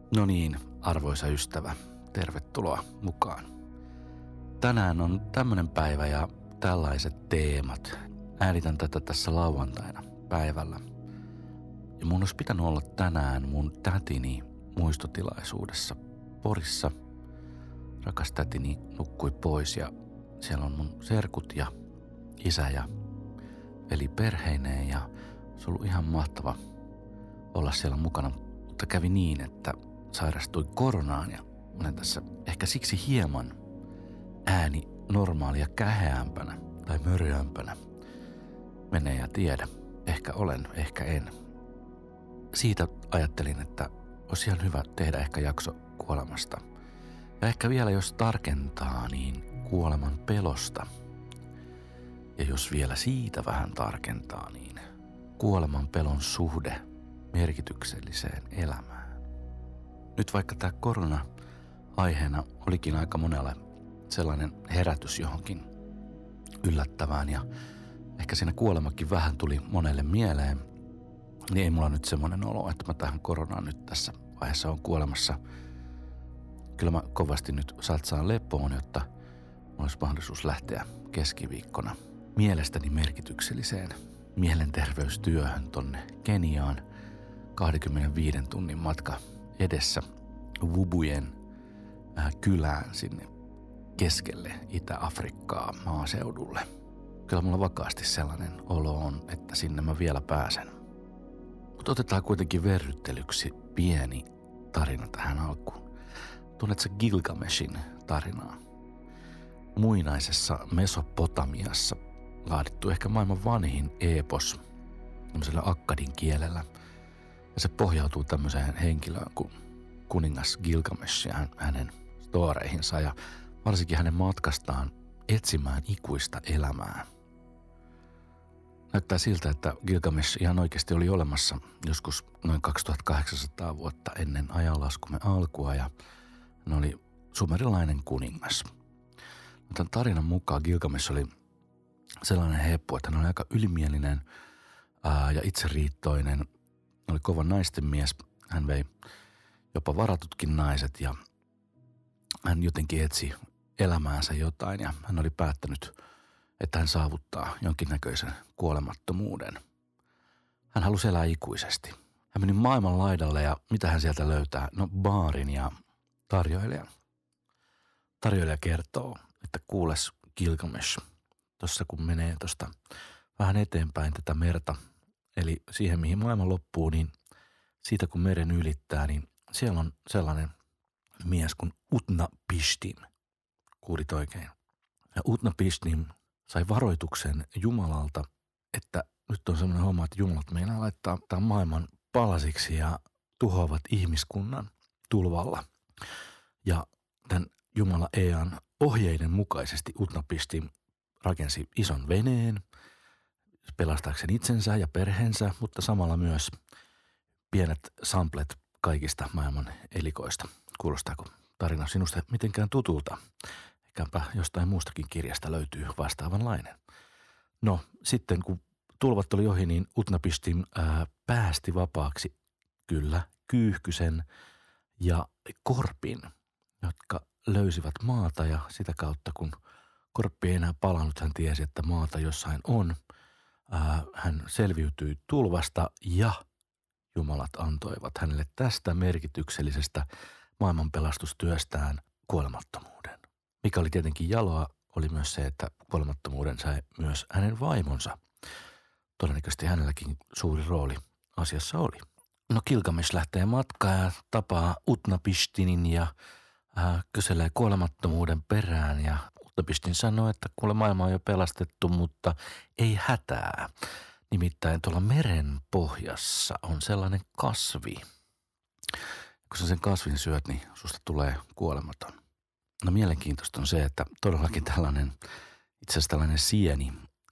No niin, arvoisa ystävä, tervetuloa mukaan. Tänään on tämmönen päivä ja tällaiset teemat. Äänitän tätä tässä lauantaina päivällä. Ja mun olisi pitänyt olla tänään mun tätini muistotilaisuudessa Porissa. Rakas tätini nukkui pois ja siellä on mun serkut ja isä ja veli perheineen ja se on ollut ihan mahtava olla siellä mukana. Mutta kävi niin, että sairastui koronaan ja olen tässä ehkä siksi hieman ääni normaalia käheämpänä tai mörjömpänä. Mene ja tiedä. Ehkä olen, ehkä en. Siitä ajattelin, että olisi ihan hyvä tehdä ehkä jakso kuolemasta. Ja ehkä vielä jos tarkentaa, niin kuoleman pelosta. Ja jos vielä siitä vähän tarkentaa, niin kuoleman pelon suhde merkitykselliseen elämään. Nyt vaikka tämä korona aiheena olikin aika monelle sellainen herätys johonkin yllättävään ja ehkä siinä kuolemakin vähän tuli monelle mieleen, niin ei mulla nyt semmoinen olo, että mä tähän koronaan nyt tässä vaiheessa on kuolemassa. Kyllä mä kovasti nyt satsaan lepoon, jotta mulla olisi mahdollisuus lähteä keskiviikkona mielestäni merkitykselliseen mielenterveystyöhön tonne Keniaan. 25 tunnin matka edessä Wubujen kylään sinne keskelle Itä-Afrikkaa maaseudulle. Kyllä mulla vakaasti sellainen olo on, että sinne mä vielä pääsen. Mutta otetaan kuitenkin verryttelyksi pieni tarina tähän alkuun. Tunnetko Gilgameshin tarinaa? Muinaisessa Mesopotamiassa laadittu ehkä maailman vanhin eepos tämmöisellä akkadin kielellä. Ja se pohjautuu tämmöiseen henkilöön kuin kuningas Gilgamesh ja hänen storeihinsa ja varsinkin hänen matkastaan etsimään ikuista elämää. Näyttää siltä, että Gilgamesh ihan oikeasti oli olemassa joskus noin 2800 vuotta ennen ajanlaskumme alkua ja hän oli sumerilainen kuningas. Tämän tarinan mukaan Gilgamesh oli sellainen heppu, että hän oli aika ylimielinen ja itseriittoinen. Hän oli kova naisten mies. Hän vei jopa varatutkin naiset ja hän jotenkin etsi elämäänsä jotain ja hän oli päättänyt, että hän saavuttaa jonkinnäköisen kuolemattomuuden. Hän halusi elää ikuisesti. Hän meni maailman laidalle ja mitä hän sieltä löytää? No baarin ja tarjoilijan. Tarjoilija kertoo, että kuules Gilgamesh, tuossa kun menee tuosta vähän eteenpäin tätä merta, eli siihen mihin maailma loppuu, niin siitä kun meren ylittää, niin siellä on sellainen mies kuin Utnapishtim. Kuulit oikein. Ja Utnapishtim sai varoituksen Jumalalta, että nyt on sellainen homma, että Jumalat meinaa laittaa tämän maailman palasiksi ja tuhoavat ihmiskunnan tulvalla. Ja tämän Jumala Ean ohjeiden mukaisesti Utnapishtim rakensi ison veneen pelastaakseen itsensä ja perheensä, mutta samalla myös pienet samplet kaikista maailman elikoista. Kuulostaako tarina sinusta mitenkään tutulta? Eikäpä jostain muustakin kirjasta löytyy vastaavanlainen. No sitten kun tulvat oli ohi, niin Utnapishtim päästi vapaaksi kyllä kyyhkysen ja korpin, jotka löysivät maata ja sitä kautta kun korppi ei enää palannut, hän tiesi, että maata jossain on. Hän selviytyi tulvasta ja jumalat antoivat hänelle tästä merkityksellisestä maailmanpelastustyöstään kuolemattomuuden. Mikä oli tietenkin jaloa, oli myös se, että kuolemattomuuden sai myös hänen vaimonsa. Todennäköisesti hänelläkin suuri rooli asiassa oli. No Gilgamesh lähtee matkaan ja tapaa Utnapishtimin ja kyselee kuolemattomuuden perään ja Utnapishtim sanoo, että kuule maailma on jo pelastettu, mutta ei hätää. Nimittäin tuolla meren pohjassa on sellainen kasvi. Kun sä sen kasvin syöt, niin susta tulee kuolematon. No mielenkiintoista on se, että todellakin tällainen, itse asiassa tällainen sieni,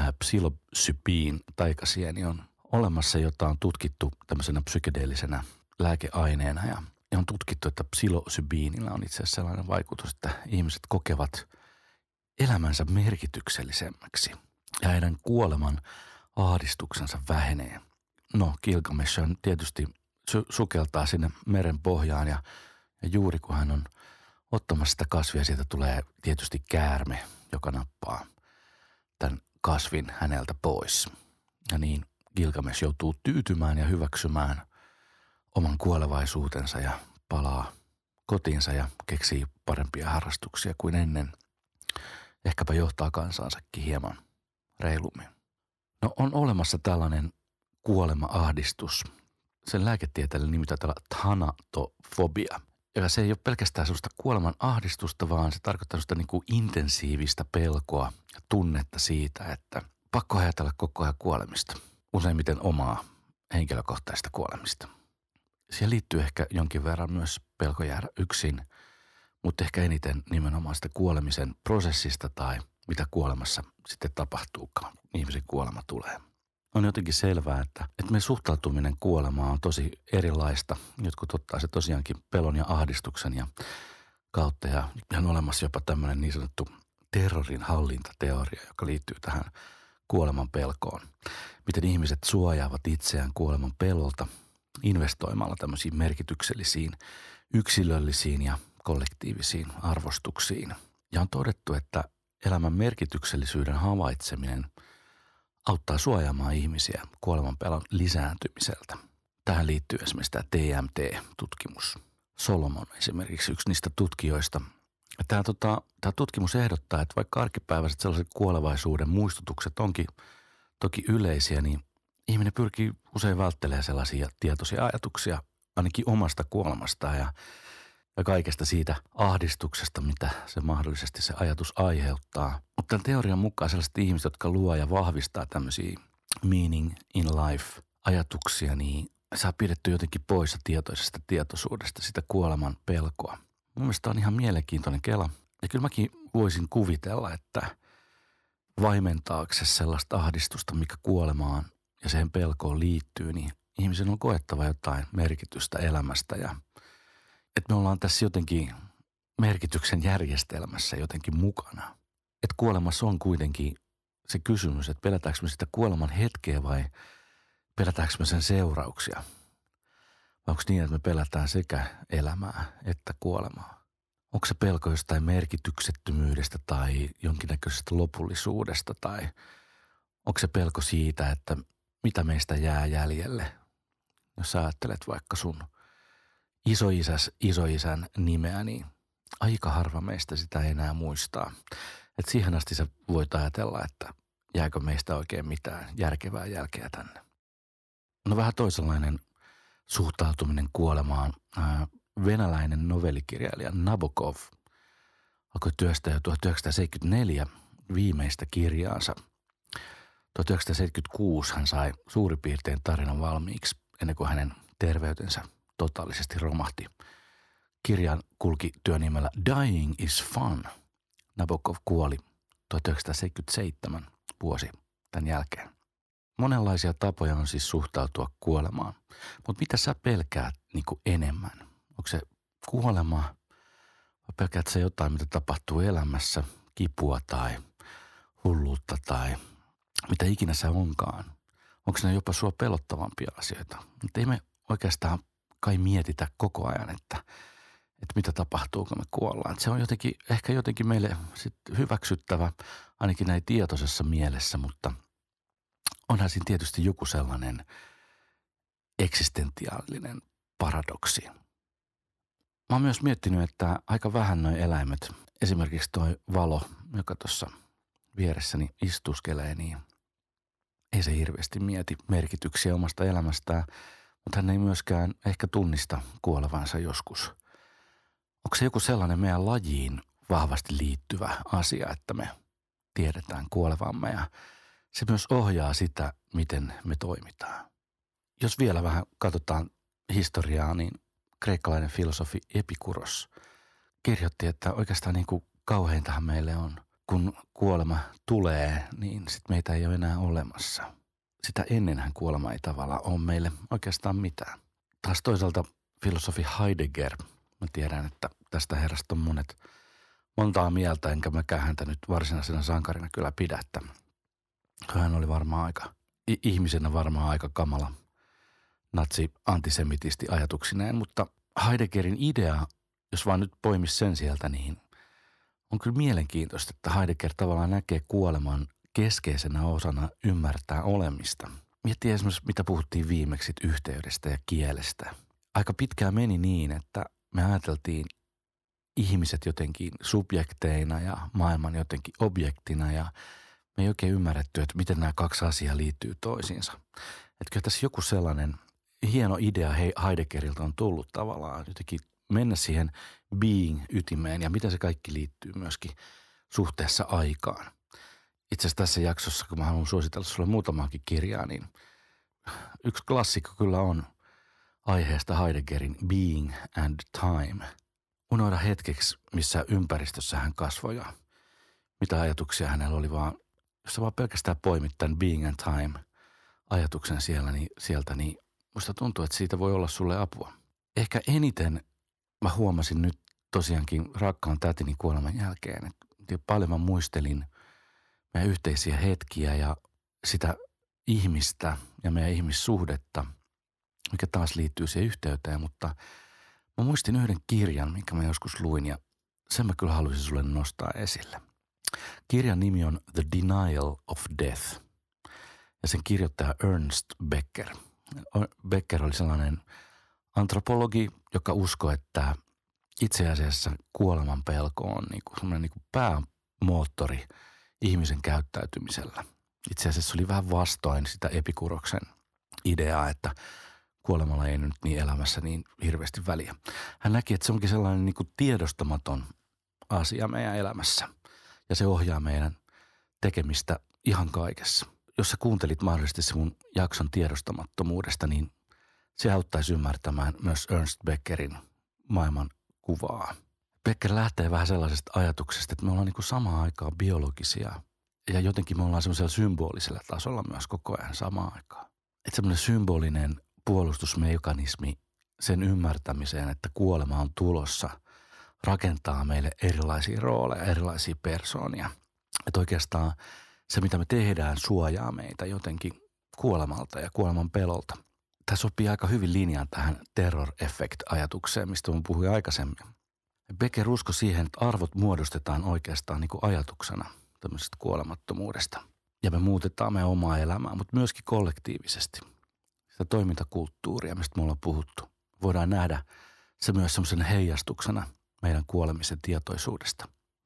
psilocybiin taikasieni on olemassa, jota on tutkittu tämmöisenä psykedeellisenä lääkeaineena ja on tutkittu, että psilocybiinillä on itse asiassa sellainen vaikutus, että ihmiset kokevat elämänsä merkityksellisemmäksi ja heidän kuoleman ahdistuksensa vähenee. No Gilgamesh on tietysti sukeltaa sinne meren pohjaan ja juuri kun hän on ottamassa sitä kasvia, sieltä tulee tietysti käärme, joka nappaa tämän kasvin häneltä pois. Ja niin Gilgamesh joutuu tyytymään ja hyväksymään oman kuolevaisuutensa ja palaa kotiinsa ja keksii parempia harrastuksia kuin ennen. Ehkäpä johtaa kansansakin hieman reilummin. No on olemassa tällainen kuolema-ahdistus. Sen lääketieteellinen nimi taitaa olla thanatofobia. Ja se ei ole pelkästään sellaista kuoleman ahdistusta, vaan se tarkoittaa sellaista niin kuin intensiivistä pelkoa ja tunnetta siitä, että pakko ajatella koko ajan kuolemista. Useimmiten omaa henkilökohtaista kuolemista. Siihen liittyy ehkä jonkin verran myös pelko jäädä yksin, mutta ehkä eniten nimenomaan sitä kuolemisen prosessista tai mitä kuolemassa sitten tapahtuukaan. Ihmisen kuolema tulee. On jotenkin selvää, että meidän suhtautuminen kuolemaan on tosi erilaista. Jotkut ottaa se tosiaankin pelon ja ahdistuksen ja kautta ja on olemassa jopa tämmöinen niin sanottu terrorin hallintateoria, joka liittyy tähän kuoleman pelkoon. Miten ihmiset suojaavat itseään kuoleman pelolta investoimalla tämmöisiin merkityksellisiin, yksilöllisiin ja kollektiivisiin arvostuksiin. Ja on todettu, että elämän merkityksellisyyden havaitseminen auttaa suojaamaan ihmisiä kuoleman pelon lisääntymiseltä. Tähän liittyy esimerkiksi tämä TMT-tutkimus. Solomon esimerkiksi yksi niistä tutkijoista. Tämä tutkimus ehdottaa, että vaikka arkipäiväiset sellaiset kuolevaisuuden muistutukset onkin toki yleisiä, niin ihminen pyrkii usein välttelemään sellaisia tietoisia ajatuksia ainakin omasta kuolemastaan ja kaikesta siitä ahdistuksesta, mitä se mahdollisesti se ajatus aiheuttaa. Mutta tämän teorian mukaan sellaiset ihmiset, jotka luo ja vahvistaa tämmöisiä meaning in life ajatuksia, niin saa pidetty jotenkin poissa tietoisesta tietoisuudesta sitä kuoleman pelkoa. Mun mielestä on ihan mielenkiintoinen kela. Ja kyllä mäkin voisin kuvitella, että vaimentaakseen sellaista ahdistusta, mikä kuolemaan ja siihen pelkoon liittyy, niin ihmisen on koettava jotain merkitystä elämästä ja että me ollaan tässä jotenkin merkityksen järjestelmässä jotenkin mukana. Että kuolemassa on kuitenkin se kysymys, että pelätäänkö me sitä kuoleman hetkeä vai pelätäänkö me sen seurauksia? Vai onko niin, että me pelätään sekä elämää että kuolemaa? Onko se pelko jostain merkityksettömyydestä tai jonkinnäköisestä lopullisuudesta tai onko se pelko siitä, että mitä meistä jää jäljelle? Jos sä ajattelet vaikka sun isoisän nimeä, niin aika harva meistä sitä enää muistaa. Että siihen asti sä voit ajatella, että jääkö meistä oikein mitään järkevää jälkeä tänne. No vähän toisenlainen suhtautuminen kuolemaan. Venäläinen novellikirjailija Nabokov alkoi työstää jo 1974 viimeistä kirjaansa. 1976 hän sai suurin piirtein tarinan valmiiksi ennen kuin hänen terveytensä totaalisesti romahti. Kirjan kulki työnimellä Dying is Fun. Nabokov kuoli 1977 vuosi tämän jälkeen. Monenlaisia tapoja on siis suhtautua kuolemaan. Mutta mitä sä pelkäät niin kuin enemmän? Onko se kuolema vai pelkäät sä jotain, mitä tapahtuu elämässä, kipua tai hulluutta tai mitä ikinä sä onkaan? Onko ne jopa sua pelottavampia asioita? Mutta ei me oikeastaan kai mietitä koko ajan, että mitä tapahtuu, kun me kuollaan. Että se on ehkä jotenkin meille sit hyväksyttävä, ainakin näin tietoisessa mielessä, mutta onhan siinä tietysti joku sellainen eksistentiaalinen paradoksi. Mä oon myös miettinyt, että aika vähän noi eläimet, esimerkiksi toi valo, joka tuossa vieressäni istuskelee, niin ei se hirveästi mieti merkityksiä omasta elämästään, mutta hän ei myöskään ehkä tunnista kuolevansa joskus. Onko se joku sellainen meidän lajiin vahvasti liittyvä asia, että me tiedetään kuolevamme ja se myös ohjaa sitä, miten me toimitaan. Jos vielä vähän katsotaan historiaa, niin kreikkalainen filosofi Epikuros kirjoitti, että oikeastaan niin kuin kauheintahan meille on, kun kuolema tulee, niin sit meitä ei ole enää olemassa. Sitä ennenhän kuolema ei tavallaan ole meille oikeastaan mitään. Taas toisaalta filosofi Heidegger, mä tiedän, että tästä herrasta on montaa mieltä, enkä mäkään häntä nyt varsinaisena sankarina kyllä pidä, että hän oli varmaan ihmisenä varmaan aika kamala natsi-antisemitisti ajatuksineen, mutta Heideggerin idea, jos vaan nyt poimisi sen sieltä, niin on kyllä mielenkiintoista, että Heidegger tavallaan näkee kuoleman keskeisenä osana ymmärtää olemista. Miettii esimerkiksi, mitä puhuttiin viimeksi yhteydestä ja kielestä. Aika pitkään meni niin, että me ajateltiin ihmiset jotenkin subjekteina ja maailman jotenkin objektina ja me ei oikein ymmärretty, että miten nämä kaksi asiaa liittyy toisiinsa. Että kyllä tässä joku sellainen hieno idea Heideggeriltä on tullut tavallaan jotenkin mennä siihen being-ytimeen ja miten se kaikki liittyy myöskin suhteessa aikaan. Itse asiassa tässä jaksossa, kun mä haluan suositella sulle muutamaankin kirjaa, niin yksi klassikko kyllä on aiheesta Heideggerin Being and Time. Unohda hetkeksi, missä ympäristössä hän kasvoi ja mitä ajatuksia hänellä oli, vaan jos sä vaan pelkästään poimit tämän Being and Time ajatuksen sieltä, niin musta tuntuu, että siitä voi olla sulle apua. Ehkä eniten mä huomasin nyt tosiaankin rakkaan tätini kuoleman jälkeen, että paljon mä muistelin meidän yhteisiä hetkiä ja sitä ihmistä ja meidän ihmissuhdetta, mikä taas liittyy siihen yhteyteen, mutta mä muistin yhden kirjan, minkä mä joskus luin ja sen mä kyllä haluaisin sulle nostaa esille. Kirjan nimi on The Denial of Death ja sen kirjoittaja Ernst Becker. Becker oli sellainen antropologi, joka uskoi, että itse asiassa kuoleman pelko on semmoinen päämoottori ihmisen käyttäytymisellä. Itse asiassa oli vähän vastoin sitä Epikuroksen ideaa, että kuolemalla ei nyt niin elämässä niin hirveästi väliä. Hän näki, että se onkin sellainen tiedostamaton asia meidän elämässä ja se ohjaa meidän tekemistä ihan kaikessa. Jos sä kuuntelit mahdollisesti se mun jakson tiedostamattomuudesta, niin se auttaisi ymmärtämään myös Ernst Beckerin maailman kuvaa. Becker lähtee vähän sellaisesta ajatuksesta, että me ollaan samaan aikaan biologisia ja jotenkin me ollaan semmoisella symbolisella tasolla myös koko ajan samaan aikaan. Että semmoinen symbolinen puolustusmekanismi sen ymmärtämiseen, että kuolema on tulossa, rakentaa meille erilaisia rooleja, erilaisia persoonia. Että oikeastaan se, mitä me tehdään, suojaa meitä jotenkin kuolemalta ja kuoleman pelolta. Tämä sopii aika hyvin linjaan tähän terror effect-ajatukseen, mistä mä puhuin aikaisemmin. Becker uskoi siihen, että arvot muodostetaan oikeastaan ajatuksena tämmöisestä kuolemattomuudesta. Ja me muutetaan meidän omaa elämää, mutta myöskin kollektiivisesti. Sitä toimintakulttuuria, mistä me ollaan puhuttu. Voidaan nähdä se myös semmoisen heijastuksena meidän kuolemisen tietoisuudesta.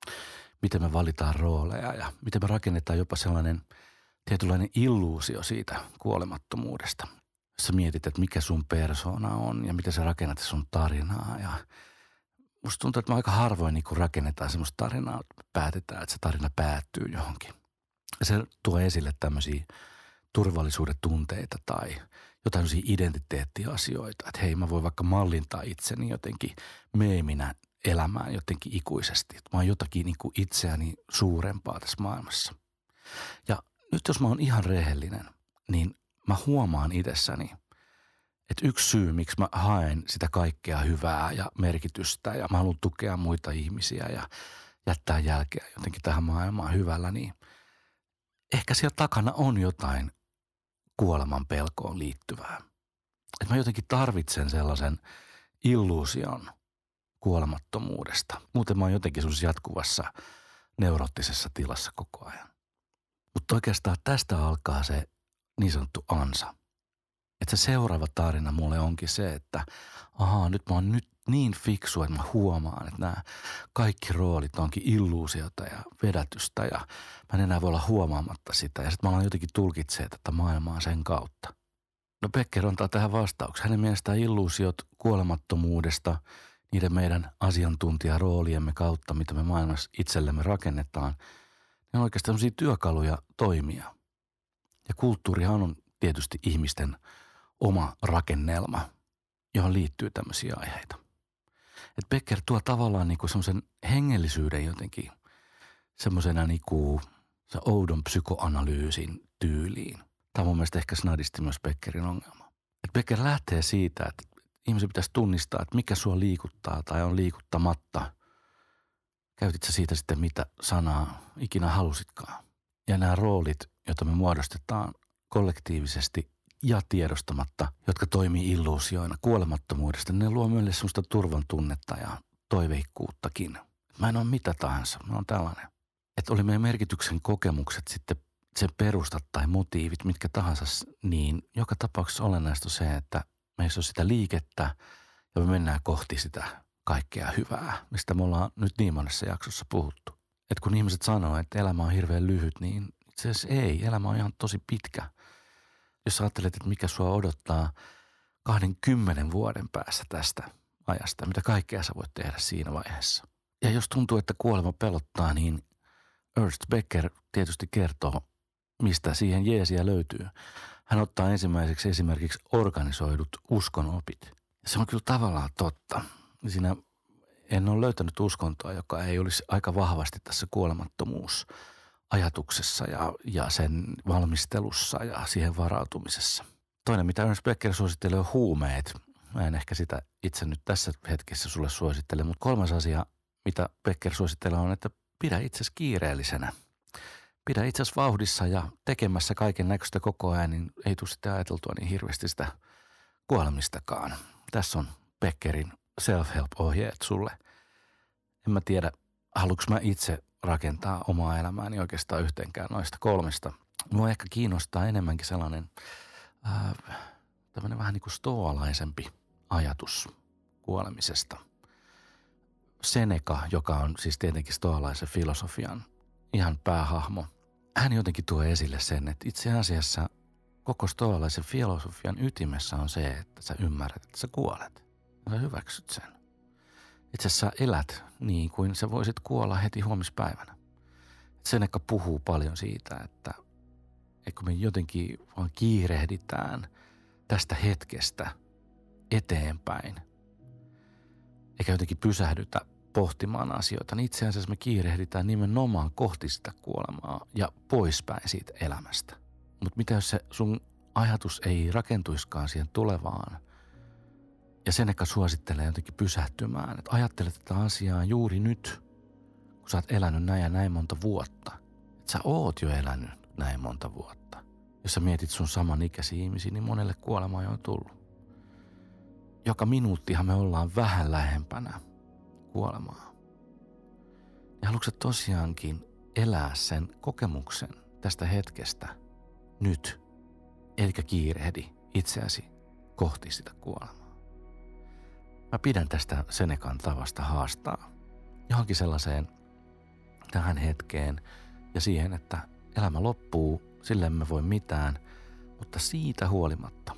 Miten me valitaan rooleja ja miten me rakennetaan jopa sellainen tietynlainen illuusio siitä kuolemattomuudesta. Jos sä mietit, että mikä sun persoona on ja miten sä rakennat sun tarinaa. Ja musta tuntuu, että me aika harvoin rakennetaan semmoista tarinaa, että päätetään, että se tarina päättyy johonkin. Ja se tuo esille tämmöisiä turvallisuuden tunteita tai jotain sellaisia identiteettiasioita. Että hei, mä voin vaikka mallintaa itseni jotenkin meeminä elämään jotenkin ikuisesti. Että mä oon jotakin itseäni suurempaa tässä maailmassa. Ja nyt jos mä oon ihan rehellinen, niin mä huomaan itsessäni, että yksi syy, miksi mä haen sitä kaikkea hyvää ja merkitystä ja mä haluan tukea muita ihmisiä ja jättää jälkeä jotenkin tähän maailmaan hyvällä, niin ehkä siellä takana on jotain kuoleman pelkoon liittyvää. Että mä jotenkin tarvitsen sellaisen illuusion kuolemattomuudesta. Muuten mä oon jotenkin semmoisessa jatkuvassa neuroottisessa tilassa koko ajan. Mutta oikeastaan tästä alkaa se niin sanottu ansa. Että se seuraava tarina mulle onkin se, että nyt mä oon nyt niin fiksu, että mä huomaan, että nämä kaikki roolit onkin illuusiota ja vedätystä ja mä en enää voi olla huomaamatta sitä. Ja sitten mä alan jotenkin tulkitsee tätä maailmaa sen kautta. No Becker antaa tähän vastauksen. Hänen mielestään illuusiot kuolemattomuudesta, niiden meidän asiantuntijarooliemme kautta, mitä me maailmassa itsellemme rakennetaan, ne on oikeastaan sellaisia työkaluja toimia. Ja kulttuurihan on tietysti ihmisten oma rakennelma, johon liittyy tämmöisiä aiheita. Et Becker tuo tavallaan semmoisen hengellisyyden jotenkin semmoisena se oudon psykoanalyysin tyyliin. Tämä on mun mielestä ehkä snadisti myös Beckerin ongelma. Et Becker lähtee siitä, että ihmisen pitäisi tunnistaa, että mikä sua liikuttaa tai on liikuttamatta. Käytit sä siitä sitten mitä sanaa ikinä halusitkaan. Ja nämä roolit, joita me muodostetaan kollektiivisesti ja tiedostamatta, jotka toimii illuusioina kuolemattomuudesta. Ne luo meille semmoista turvan tunnetta ja toiveikkuuttakin. Mä en ole mitä tahansa, mä oon tällainen. Että oli meidän merkityksen kokemukset sitten sen perustat tai motiivit, mitkä tahansa, niin joka tapauksessa olennaista on se, että meissä on sitä liikettä ja me mennään kohti sitä kaikkea hyvää, mistä me ollaan nyt niin monessa jaksossa puhuttu. Että kun ihmiset sanoo, että elämä on hirveän lyhyt, niin itse asiassa ei. Elämä on ihan tosi pitkä. Jos ajattelet, että mikä sua odottaa 20 vuoden päässä tästä ajasta, mitä kaikkea sä voit tehdä siinä vaiheessa. Ja jos tuntuu, että kuolema pelottaa, niin Ernst Becker tietysti kertoo, mistä siihen jeesiä löytyy. Hän ottaa ensimmäiseksi esimerkiksi organisoidut uskonopit. Se on kyllä tavallaan totta. Siinä en ole löytänyt uskontoa, joka ei olisi aika vahvasti tässä kuolemattomuusajatuksessa ja sen valmistelussa ja siihen varautumisessa. Toinen, mitä Ernst Becker suosittelee, on huumeet. Mä en ehkä sitä itse nyt tässä hetkessä sulle suosittele, mutta kolmas asia, mitä Becker suosittelee, on, että pidä itsesi kiireellisenä. Pidä itsesi vauhdissa ja tekemässä kaiken näköistä koko ajan, niin ei tule sitten ajateltua niin hirveästi sitä kuolemistakaan. Tässä on Beckerin self-help-ohjeet sulle. En mä tiedä, haluanko mä itse rakentaa omaa elämääni oikeastaan yhteenkään noista kolmesta. Mua ehkä kiinnostaa enemmänkin sellainen tämmöinen vähän niin kuin stoalaisempi ajatus kuolemisesta. Seneca, joka on siis tietenkin stoalaisen filosofian ihan päähahmo, hän jotenkin tuo esille sen, että itse asiassa koko stoalaisen filosofian ytimessä on se, että sä ymmärrät, että sä kuolet. Ja sä hyväksyt sen. Itse asiassa sä elät niin kuin sä voisit kuolla heti huomispäivänä. Seneca puhuu paljon siitä, että kun me jotenkin vaan kiirehditään tästä hetkestä eteenpäin, eikä jotenkin pysähdytä pohtimaan asioita, niin itse asiassa me kiirehditään nimenomaan kohti sitä kuolemaa ja poispäin siitä elämästä. Mutta mitä jos se sun ajatus ei rakentuiskaan siihen tulevaan? Ja Seneca suosittelee jotenkin pysähtymään, että ajattele tätä asiaa juuri nyt, kun sä oot elänyt näin ja näin monta vuotta. Että sä oot jo elänyt näin monta vuotta. Jos sä mietit sun samanikäisiä ihmisiä, niin monelle kuolema on jo tullut. Joka minuuttihan me ollaan vähän lähempänä kuolemaa. Ja haluatko sä tosiaankin elää sen kokemuksen tästä hetkestä nyt, eikä kiirehdi itseäsi kohti sitä kuolemaa? Mä pidän tästä Senecan tavasta haastaa johonkin sellaiseen tähän hetkeen ja siihen, että elämä loppuu, sille emme voi mitään, mutta siitä huolimatta,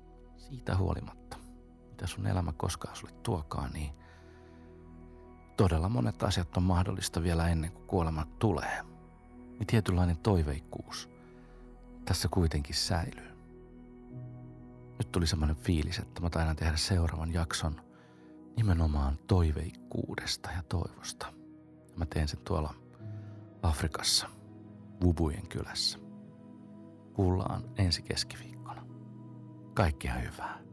mitä sun elämä koskaan sulle tuokaan, niin todella monet asiat on mahdollista vielä ennen kuin kuolema tulee. Niin tietynlainen toiveikkuus tässä kuitenkin säilyy. Nyt tuli semmoinen fiilis, että mä taidan tehdä seuraavan jakson nimenomaan toiveikkuudesta ja toivosta. Mä teen sen tuolla Afrikassa, Bubujen kylässä. Kuullaan ensi keskiviikkona. Kaikkea hyvää.